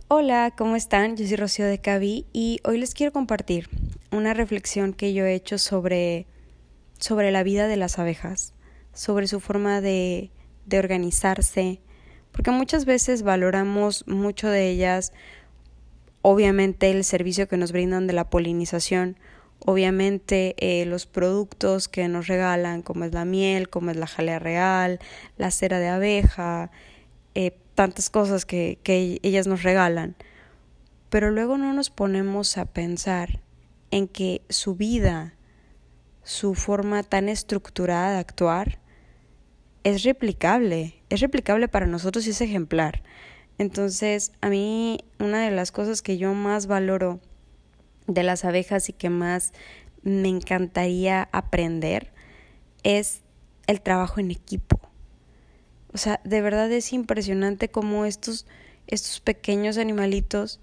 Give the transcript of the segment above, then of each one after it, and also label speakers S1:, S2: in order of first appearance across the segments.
S1: Hola, ¿cómo están? Yo soy Rocío de Cavi y hoy les quiero compartir una reflexión que yo he hecho sobre la vida de las abejas, sobre su forma de organizarse, porque muchas veces valoramos mucho de ellas, obviamente el servicio que nos brindan de la polinización, obviamente los productos que nos regalan, como es la miel, como es la jalea real, la cera de abeja, tantas cosas que ellas nos regalan. Pero luego no nos ponemos a pensar en que su vida, su forma tan estructurada de actuar, es replicable para nosotros y es ejemplar. Entonces, a mí una de las cosas que yo más valoro de las abejas y que más me encantaría aprender es el trabajo en equipo. O sea, de verdad es impresionante cómo estos pequeños animalitos,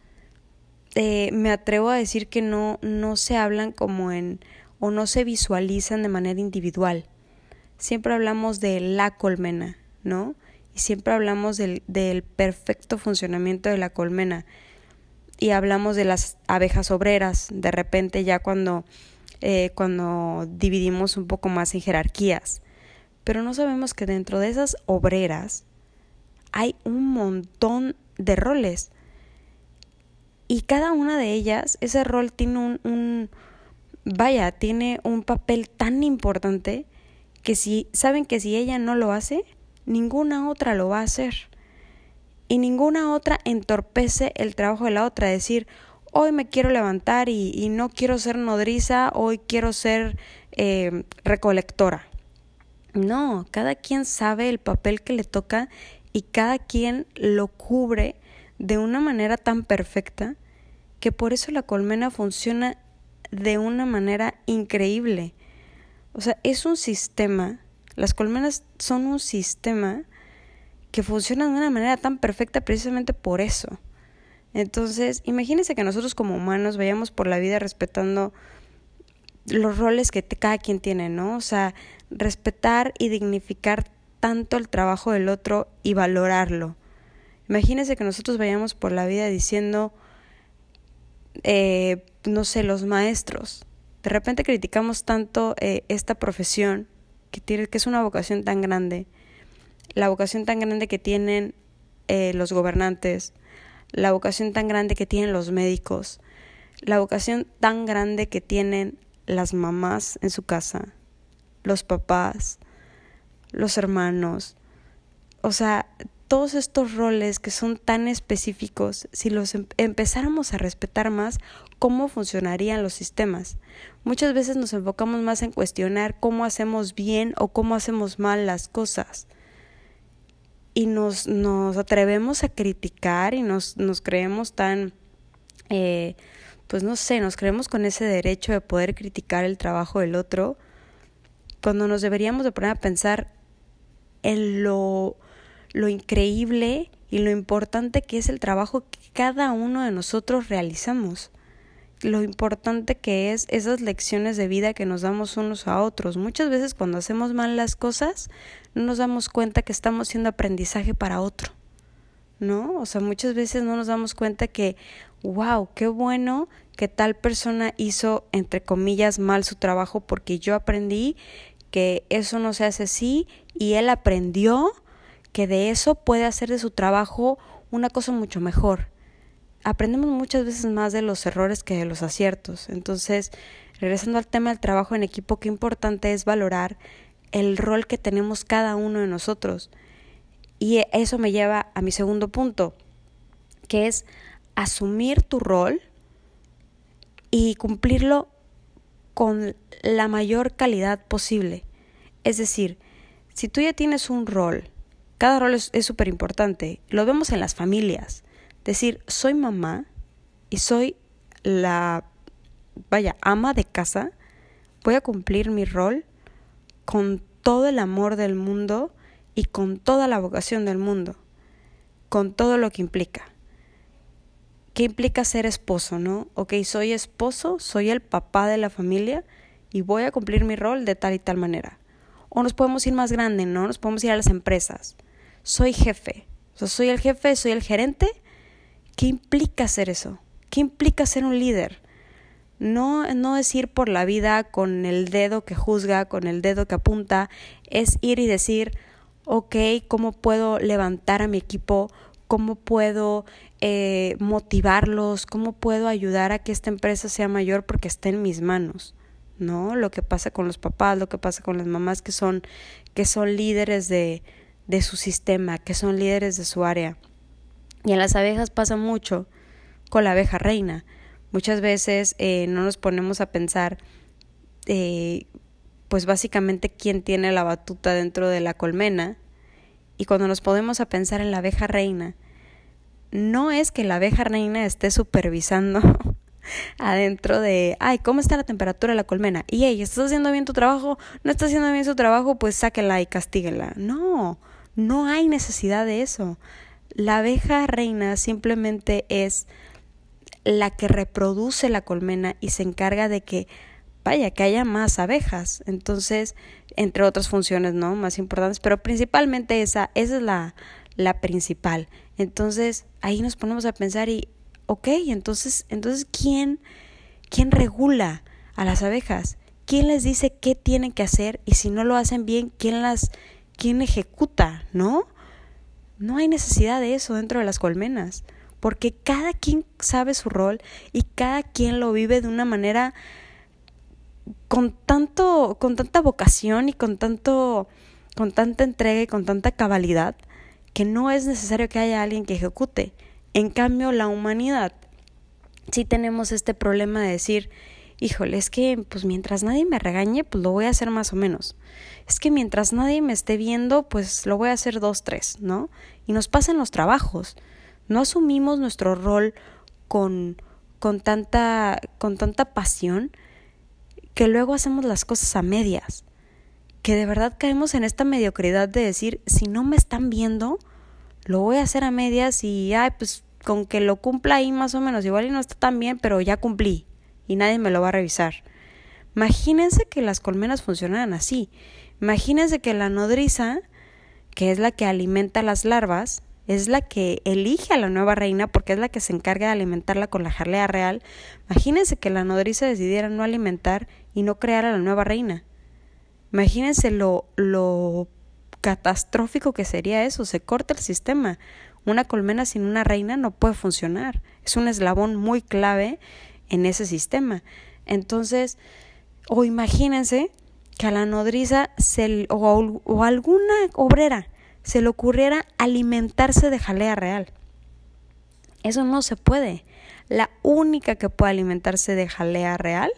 S1: me atrevo a decir que no se hablan o no se visualizan de manera individual. Siempre hablamos de la colmena, ¿no? Y siempre hablamos del perfecto funcionamiento de la colmena. Y hablamos de las abejas obreras, de repente ya cuando dividimos un poco más en jerarquías. Pero no sabemos que dentro de esas obreras hay un montón de roles. Y cada una de ellas, ese rol tiene tiene un papel tan importante que saben que si ella no lo hace, ninguna otra lo va a hacer. Y ninguna otra entorpece el trabajo de la otra. Decir, hoy me quiero levantar y no quiero ser nodriza, hoy quiero ser recolectora. No, cada quien sabe el papel que le toca y cada quien lo cubre de una manera tan perfecta que por eso la colmena funciona de una manera increíble. O sea, es un sistema, las colmenas son un sistema que funciona de una manera tan perfecta precisamente por eso. Entonces, imagínense que nosotros como humanos vayamos por la vida respetando los roles que cada quien tiene, ¿no? O sea, respetar y dignificar tanto el trabajo del otro y valorarlo. Imagínense que nosotros vayamos por la vida diciendo, los maestros. De repente criticamos tanto esta profesión que es una vocación tan grande, la vocación tan grande que tienen los gobernantes, la vocación tan grande que tienen los médicos, la vocación tan grande que tienen las mamás en su casa, los papás, los hermanos. O sea, todos estos roles que son tan específicos, si los empezáramos a respetar más, ¿cómo funcionarían los sistemas? Muchas veces nos enfocamos más en cuestionar cómo hacemos bien o cómo hacemos mal las cosas. Y nos atrevemos a criticar y nos creemos tan, nos creemos con ese derecho de poder criticar el trabajo del otro, cuando nos deberíamos de poner a pensar en lo increíble y lo importante que es el trabajo que cada uno de nosotros realizamos, lo importante que es esas lecciones de vida que nos damos unos a otros. Muchas veces cuando hacemos mal las cosas no nos damos cuenta que estamos haciendo aprendizaje para otro, ¿no? O sea, muchas veces no nos damos cuenta que, wow, qué bueno que tal persona hizo, entre comillas, mal su trabajo porque yo aprendí que eso no se hace así y él aprendió que de eso puede hacer de su trabajo una cosa mucho mejor. Aprendemos muchas veces más de los errores que de los aciertos. Entonces, regresando al tema del trabajo en equipo, qué importante es valorar el rol que tenemos cada uno de nosotros. Y eso me lleva a mi segundo punto, que es asumir tu rol y cumplirlo con la mayor calidad posible. Es decir, si tú ya tienes un rol, cada rol es súper importante. Lo vemos en las familias. Decir, soy mamá y soy la ama de casa, voy a cumplir mi rol con todo el amor del mundo y con toda la vocación del mundo, con todo lo que implica. ¿Qué implica ser esposo, no? Ok, soy esposo, soy el papá de la familia y voy a cumplir mi rol de tal y tal manera. O nos podemos ir más grande, ¿no? Nos podemos ir a las empresas. Soy jefe, o sea, soy el jefe, soy el gerente ¿Qué implica hacer eso? ¿Qué implica ser un líder? No es ir por la vida con el dedo que juzga, con el dedo que apunta, es ir y decir, ok, ¿cómo puedo levantar a mi equipo? ¿Cómo puedo motivarlos? ¿Cómo puedo ayudar a que esta empresa sea mayor porque está en mis manos? ¿No? Lo que pasa con los papás, lo que pasa con las mamás que son líderes de su sistema, que son líderes de su área. Y en las abejas pasa mucho con la abeja reina. Muchas veces no nos ponemos a pensar, pues básicamente quién tiene la batuta dentro de la colmena. Y cuando nos ponemos a pensar en la abeja reina, no es que la abeja reina esté supervisando adentro de, ¿cómo está la temperatura de la colmena? Y, ¿estás haciendo bien tu trabajo? ¿No estás haciendo bien su trabajo? Pues sáquenla y castíguenla. No hay necesidad de eso. La abeja reina simplemente es la que reproduce la colmena y se encarga de que haya más abejas. Entonces, entre otras funciones, ¿no? Más importantes, pero principalmente esa es la principal. Entonces, ahí nos ponemos a pensar y, entonces ¿quién regula a las abejas? ¿Quién les dice qué tienen que hacer? Y si no lo hacen bien, ¿quién ejecuta? ¿No? No hay necesidad de eso dentro de las colmenas, porque cada quien sabe su rol y cada quien lo vive de una manera con tanta vocación y con tanta entrega y con tanta cabalidad que no es necesario que haya alguien que ejecute. En cambio, la humanidad sí tenemos este problema de decir, híjole, es que pues mientras nadie me regañe, pues lo voy a hacer más o menos. Es que mientras nadie me esté viendo, pues lo voy a hacer 2, 3, ¿no? Y nos pasa en los trabajos. No asumimos nuestro rol con tanta pasión que luego hacemos las cosas a medias. Que de verdad caemos en esta mediocridad de decir, si no me están viendo, lo voy a hacer a medias y pues con que lo cumpla ahí más o menos, igual y no está tan bien, pero ya cumplí y nadie me lo va a revisar. Imagínense que las colmenas funcionan así. Imagínense que la nodriza, que es la que alimenta las larvas, es la que elige a la nueva reina porque es la que se encarga de alimentarla con la jalea real. Imagínense que la nodriza decidiera no alimentar y no crear a la nueva reina. Imagínense lo catastrófico que sería eso. Se corta el sistema. Una colmena sin una reina no puede funcionar. Es un eslabón muy clave en ese sistema. Entonces, o imagínense que a la nodriza o a alguna obrera se le ocurriera alimentarse de jalea real. Eso no se puede. La única que puede alimentarse de jalea real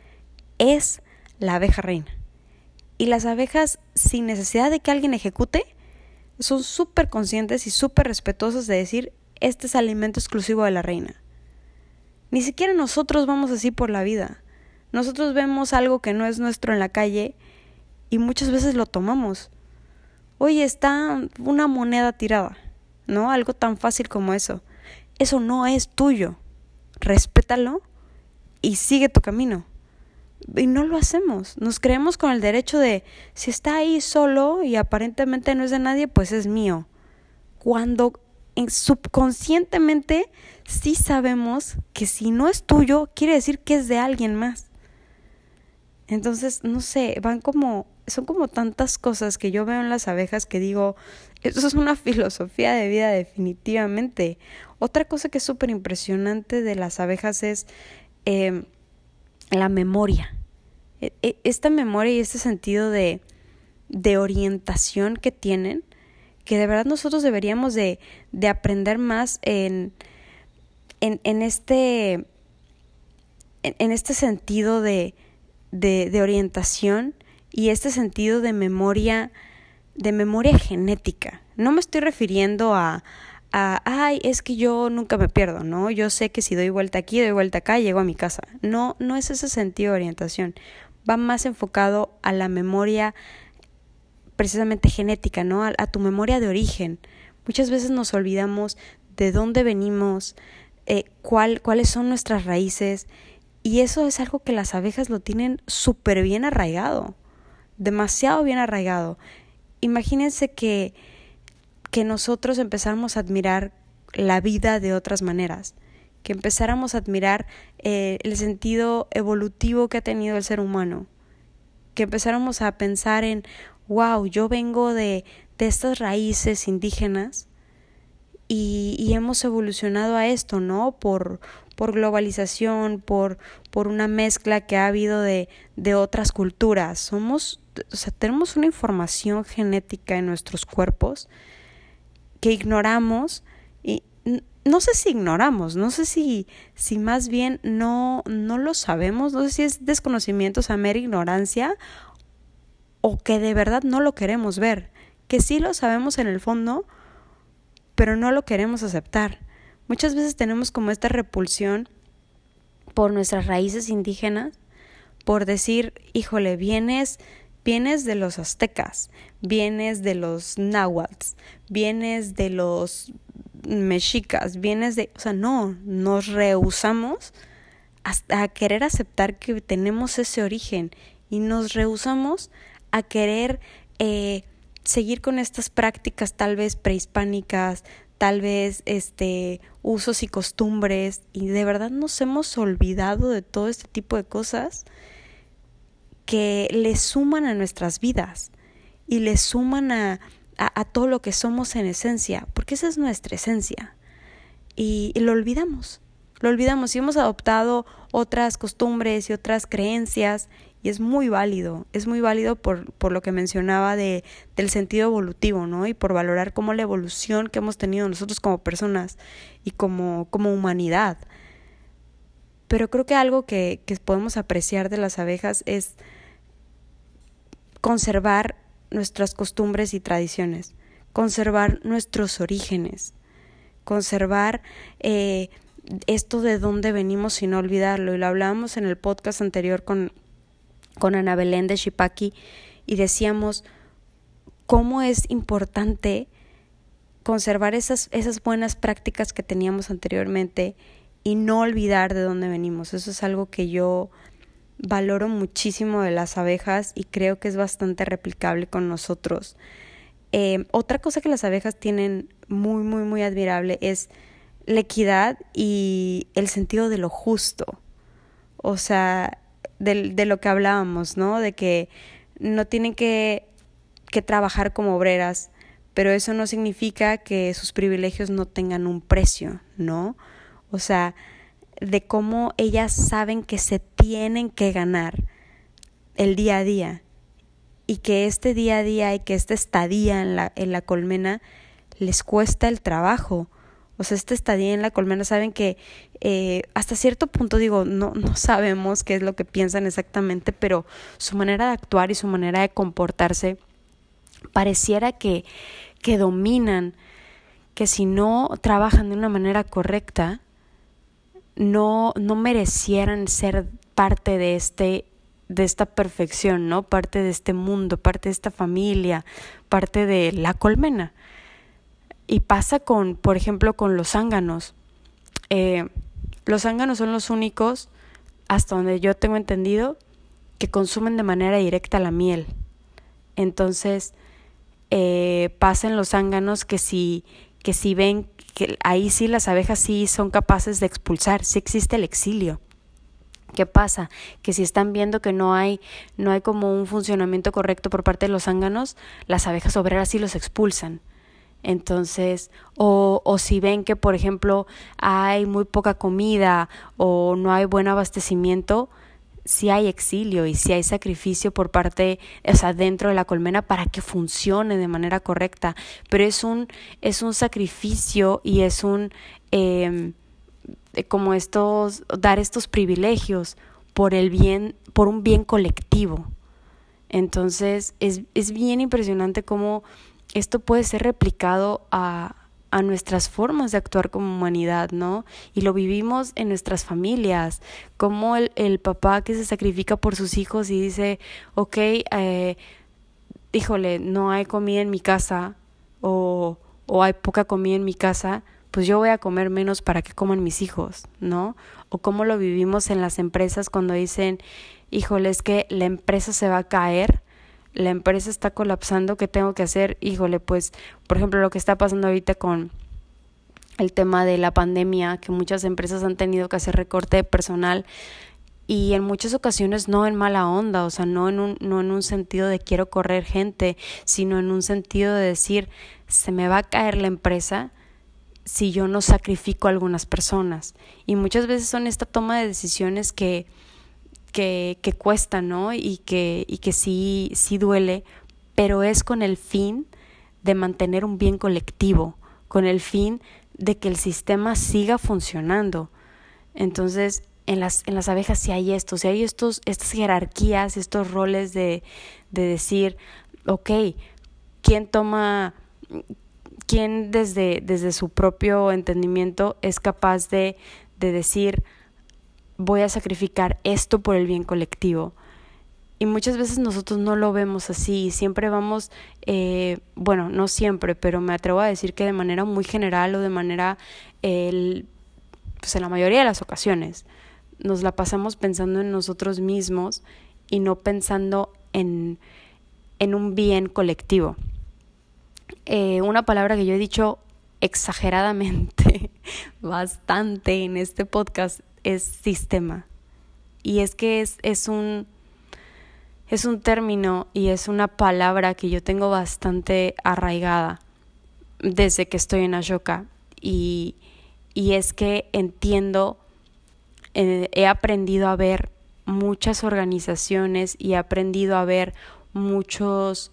S1: es la abeja reina. Y las abejas, sin necesidad de que alguien ejecute, son súper conscientes y súper respetuosas de decir, este es alimento exclusivo de la reina. Ni siquiera nosotros vamos así por la vida. Nosotros vemos algo que no es nuestro en la calle y muchas veces lo tomamos. Oye, está una moneda tirada, ¿no? Algo tan fácil como eso. Eso no es tuyo. Respétalo y sigue tu camino. Y no lo hacemos. Nos creemos con el derecho de, si está ahí solo y aparentemente no es de nadie, pues es mío. Cuando subconscientemente sí sabemos que si no es tuyo, quiere decir que es de alguien más. Entonces, no sé, son como tantas cosas que yo veo en las abejas que digo, eso es una filosofía de vida definitivamente. Otra cosa que es súper impresionante de las abejas es la memoria. Esta memoria y este sentido de orientación que tienen, que de verdad nosotros deberíamos de aprender más en este sentido de orientación y este sentido de memoria genética. No me estoy refiriendo a es que yo nunca me pierdo, ¿no? Yo sé que si doy vuelta aquí, doy vuelta acá, llego a mi casa. No es ese sentido de orientación. Va más enfocado a la memoria precisamente genética, ¿no? A tu memoria de origen. Muchas veces nos olvidamos de dónde venimos, cuáles son nuestras raíces, y eso es algo que las abejas lo tienen súper bien arraigado, demasiado bien arraigado. Imagínense que nosotros empezáramos a admirar la vida de otras maneras, que empezáramos a admirar el sentido evolutivo que ha tenido el ser humano, que empezáramos a pensar en, wow, yo vengo de estas raíces indígenas y hemos evolucionado a esto, ¿no? Por globalización, por una mezcla que ha habido de otras culturas. Tenemos una información genética en nuestros cuerpos que ignoramos, y no sé si ignoramos, no sé si más bien no lo sabemos, no sé si es desconocimiento, o sea, mera ignorancia, o que de verdad no lo queremos ver, que sí lo sabemos en el fondo, pero no lo queremos aceptar. Muchas veces tenemos como esta repulsión por nuestras raíces indígenas, por decir, híjole, vienes de los aztecas, vienes de los náhuatl, vienes de los mexicas, no, nos rehusamos a querer aceptar que tenemos ese origen y nos rehusamos a querer seguir con estas prácticas tal vez prehispánicas, tal vez usos y costumbres, y de verdad nos hemos olvidado de todo este tipo de cosas que le suman a nuestras vidas y le suman a todo lo que somos en esencia, porque esa es nuestra esencia, y lo olvidamos y hemos adoptado otras costumbres y otras creencias, y es muy válido por lo que mencionaba del sentido evolutivo, ¿no? Y por valorar como la evolución que hemos tenido nosotros como personas y como humanidad. Pero creo que algo que podemos apreciar de las abejas es conservar nuestras costumbres y tradiciones, conservar nuestros orígenes, conservar esto de dónde venimos y no olvidarlo. Y lo hablábamos en el podcast anterior con Ana Belén de Shipaki, y decíamos cómo es importante conservar esas buenas prácticas que teníamos anteriormente y no olvidar de dónde venimos. Eso es algo que yo valoro muchísimo de las abejas y creo que es bastante replicable con nosotros. Otra cosa que las abejas tienen muy, muy, muy admirable es la equidad y el sentido de lo justo. O sea, de lo que hablábamos, ¿no? De que no tienen que trabajar como obreras, pero eso no significa que sus privilegios no tengan un precio, ¿no? O sea, de cómo ellas saben que se tienen que ganar el día a día, y que este día a día y que esta estadía en la colmena les cuesta el trabajo. O sea, esta estadía en la colmena, saben que hasta cierto punto, no sabemos qué es lo que piensan exactamente, pero su manera de actuar y su manera de comportarse pareciera que dominan, que si no trabajan de una manera correcta, no merecieran ser parte de esta perfección, ¿no? Parte de este mundo, parte de esta familia, parte de la colmena. Y pasa por ejemplo, con los zánganos. Los zánganos son los únicos, hasta donde yo tengo entendido, que consumen de manera directa la miel. Entonces, pasa en los zánganos que si ven que ahí sí las abejas sí son capaces de expulsar, sí existe el exilio. ¿Qué pasa? Que si están viendo que no hay como un funcionamiento correcto por parte de los zánganos, las abejas obreras sí los expulsan. Entonces, o si ven que, por ejemplo, hay muy poca comida o no hay buen abastecimiento, sí hay exilio y sí hay sacrificio por parte, o sea, dentro de la colmena para que funcione de manera correcta. Pero es un sacrificio y es como dar estos privilegios por un bien colectivo. Entonces, es bien impresionante cómo esto puede ser replicado a nuestras formas de actuar como humanidad, ¿no? Y lo vivimos en nuestras familias, como el papá que se sacrifica por sus hijos y dice, híjole, no hay comida en mi casa, o hay poca comida en mi casa, pues yo voy a comer menos para que coman mis hijos, ¿no? O cómo lo vivimos en las empresas cuando dicen, híjole, es que la empresa se va a caer, la empresa está colapsando, ¿qué tengo que hacer? Híjole, pues, por ejemplo, lo que está pasando ahorita con el tema de la pandemia, que muchas empresas han tenido que hacer recorte de personal y en muchas ocasiones no en mala onda, o sea, no en un sentido de quiero correr gente, sino en un sentido de decir, se me va a caer la empresa si yo no sacrifico a algunas personas. Y muchas veces son esta toma de decisiones que cuesta, ¿no? Y que sí duele, pero es con el fin de mantener un bien colectivo, con el fin de que el sistema siga funcionando. Entonces, en las abejas sí hay esto, sí hay estas jerarquías, estos roles de decir, ok, ¿quién desde su propio entendimiento es capaz de decir, voy a sacrificar esto por el bien colectivo? Y muchas veces nosotros no lo vemos así, siempre vamos, bueno, no siempre, pero me atrevo a decir que de manera muy general o de manera, pues en la mayoría de las ocasiones, nos la pasamos pensando en nosotros mismos y no pensando en un bien colectivo. Una palabra que yo he dicho exageradamente, bastante en este podcast, es sistema. Y es que es un término y es una palabra que yo tengo bastante arraigada desde que estoy en Ashoka. Y es que entiendo, he aprendido a ver muchas organizaciones y he aprendido a ver muchos,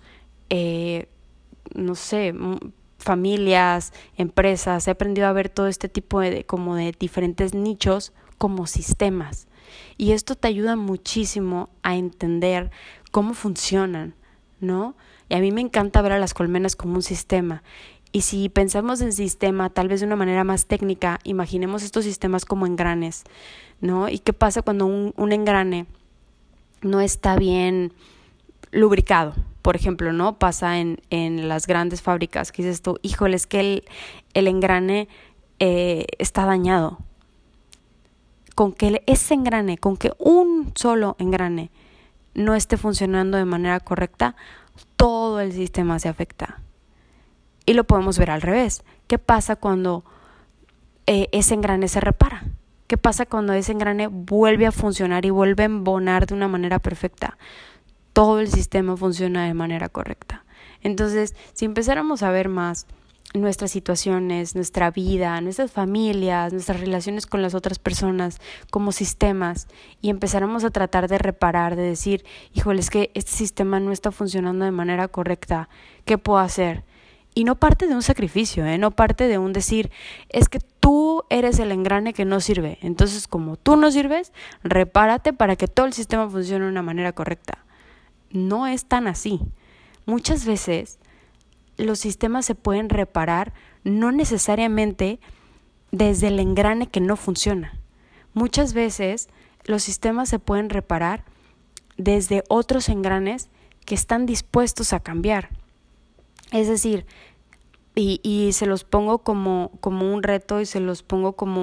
S1: familias, empresas, he aprendido a ver todo este tipo de diferentes nichos como sistemas. Y esto te ayuda muchísimo a entender cómo funcionan, ¿no? Y a mí me encanta ver a las colmenas como un sistema. Y si pensamos en sistema, tal vez de una manera más técnica, imaginemos estos sistemas como engranes, ¿no? ¿Y qué pasa cuando un engrane no está bien lubricado? Por ejemplo, ¿no? Pasa en las grandes fábricas, que dices tú, híjole, es que el engrane está dañado. Con que ese engrane, con que un solo engrane no esté funcionando de manera correcta, todo el sistema se afecta. Y lo podemos ver al revés. ¿Qué pasa cuando ese engrane se repara? ¿Qué pasa cuando ese engrane vuelve a funcionar y vuelve a embonar de una manera perfecta? Todo el sistema funciona de manera correcta. Entonces, si empezáramos a ver más nuestras situaciones, nuestra vida, nuestras familias, nuestras relaciones con las otras personas como sistemas y empezáramos a tratar de reparar, de decir, híjole, es que este sistema no está funcionando de manera correcta, ¿qué puedo hacer? Y no parte de un sacrificio, no parte de un decir, es que tú eres el engrane que no sirve, entonces como tú no sirves, repárate para que todo el sistema funcione de una manera correcta. No es tan así. Muchas veces los sistemas se pueden reparar no necesariamente desde el engrane que no funciona. Muchas veces los sistemas se pueden reparar desde otros engranes que están dispuestos a cambiar. Es decir, y se los pongo como un reto y se los pongo como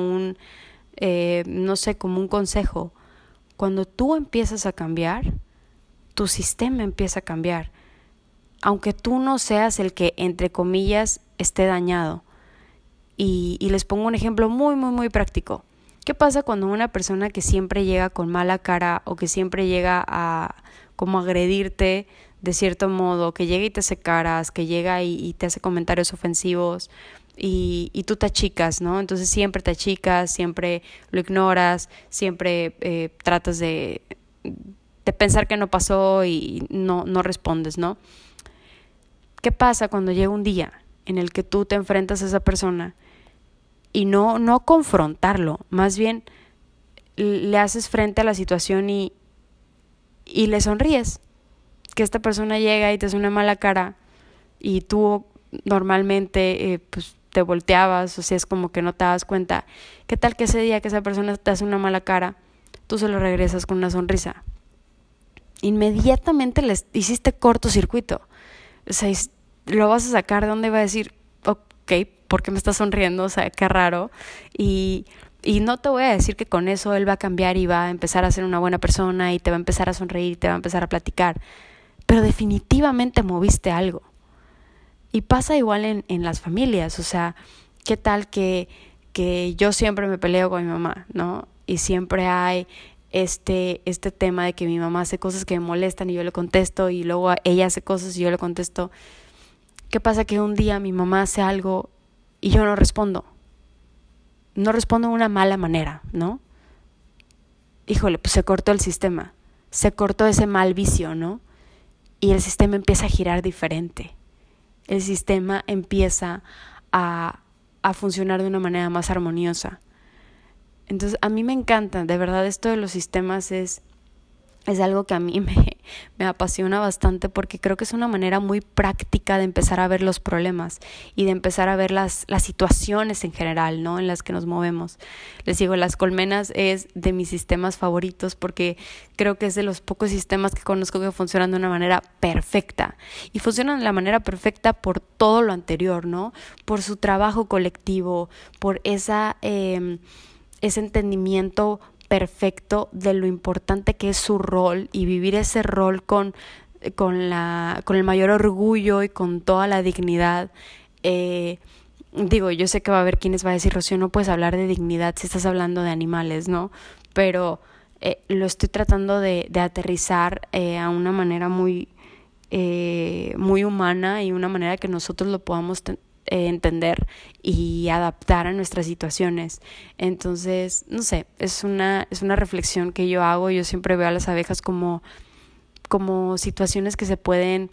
S1: como un consejo. Cuando tú empiezas a cambiar, tu sistema empieza a cambiar. Aunque tú no seas el que, entre comillas, esté dañado. Y les pongo un ejemplo muy, muy, muy práctico. ¿Qué pasa cuando una persona que siempre llega con mala cara o que siempre llega a como agredirte de cierto modo, que llega y te hace caras, que llega y te hace comentarios ofensivos y tú te achicas, ¿no? Entonces siempre te achicas, siempre lo ignoras, siempre tratas de pensar que no pasó y no respondes, ¿no? ¿Qué pasa cuando llega un día en el que tú te enfrentas a esa persona y no confrontarlo, más bien le haces frente a la situación y le sonríes? Que esta persona llega y te hace una mala cara y tú normalmente pues te volteabas, o sea, es como que no te das cuenta. ¿Qué tal que ese día que esa persona te hace una mala cara, tú se lo regresas con una sonrisa? Inmediatamente les hiciste cortocircuito. O sea, lo vas a sacar de donde va a decir, ok, ¿por qué me estás sonriendo? O sea, qué raro. Y no te voy a decir que con eso él va a cambiar y va a empezar a ser una buena persona y te va a empezar a sonreír y te va a empezar a platicar. Pero definitivamente moviste algo. Y pasa igual en las familias. O sea, ¿qué tal que yo siempre me peleo con mi mamá, ¿no? Y siempre hay este tema de que mi mamá hace cosas que me molestan y yo le contesto, y luego ella hace cosas y yo le contesto. ¿Qué pasa que un día mi mamá hace algo y yo no respondo? No respondo de una mala manera, ¿no? Híjole, pues se cortó el sistema, se cortó ese mal vicio, ¿no? Y el sistema empieza a girar diferente. El sistema empieza a funcionar de una manera más armoniosa. Entonces, a mí me encanta, de verdad, esto de los sistemas es algo que a mí me apasiona bastante, porque creo que es una manera muy práctica de empezar a ver los problemas y de empezar a ver las situaciones en general, ¿no? En las que nos movemos. Les digo, las colmenas es de mis sistemas favoritos, porque creo que es de los pocos sistemas que conozco que funcionan de una manera perfecta. Y funcionan de la manera perfecta por todo lo anterior, ¿no? Por su trabajo colectivo, por ese entendimiento perfecto de lo importante que es su rol, y vivir ese rol con el mayor orgullo y con toda la dignidad. Digo, yo sé que va a haber quienes va a decir, Rocío, no puedes hablar de dignidad si estás hablando de animales, ¿no? Pero lo estoy tratando de aterrizar a una manera muy humana, y una manera que nosotros lo podamos entender y adaptar a nuestras situaciones. Entonces, no sé, es una reflexión que yo hago. Yo siempre veo a las abejas como situaciones que se pueden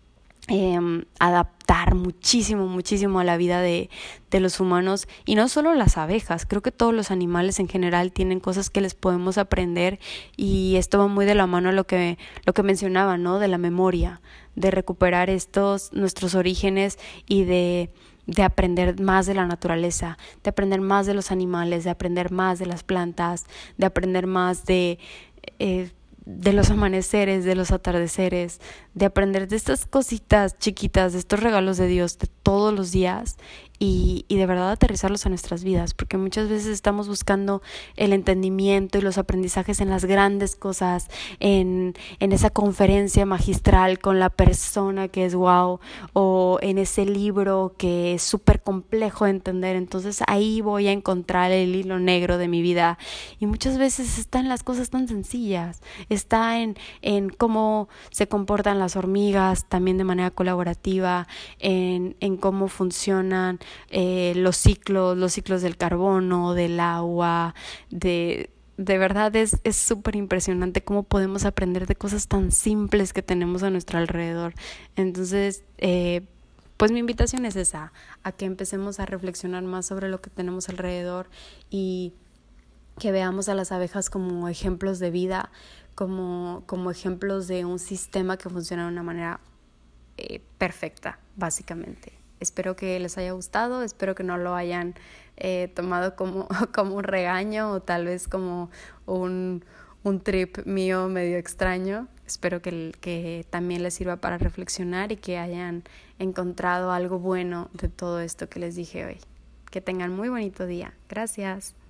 S1: adaptar muchísimo a la vida de los humanos, y no solo las abejas. Creo que todos los animales en general tienen cosas que les podemos aprender, y esto va muy de la mano a lo que mencionaba, ¿no? De la memoria, de recuperar nuestros orígenes, y de aprender más de la naturaleza, de aprender más de los animales, de aprender más de las plantas, de aprender más de los amaneceres, de los atardeceres, de aprender de estas cositas chiquitas, de estos regalos de Dios de todos los días, y de verdad aterrizarlos a nuestras vidas, porque muchas veces estamos buscando el entendimiento y los aprendizajes en las grandes cosas, en esa conferencia magistral con la persona que es wow, o en ese libro que es súper complejo de entender. Entonces ahí voy a encontrar el hilo negro de mi vida, y muchas veces está en las cosas tan sencillas, está en cómo se comportan las hormigas, también de manera colaborativa, en cómo funcionan los ciclos del carbono, del agua, de verdad es súper impresionante cómo podemos aprender de cosas tan simples que tenemos a nuestro alrededor. Entonces, pues mi invitación es esa, a que empecemos a reflexionar más sobre lo que tenemos alrededor, y que veamos a las abejas como ejemplos de vida, como ejemplos de un sistema que funciona de una manera perfecta, básicamente. Espero que les haya gustado, espero que no lo hayan tomado como un regaño, o tal vez como un trip mío medio extraño. Espero que también les sirva para reflexionar, y que hayan encontrado algo bueno de todo esto que les dije hoy. Que tengan muy bonito día. Gracias.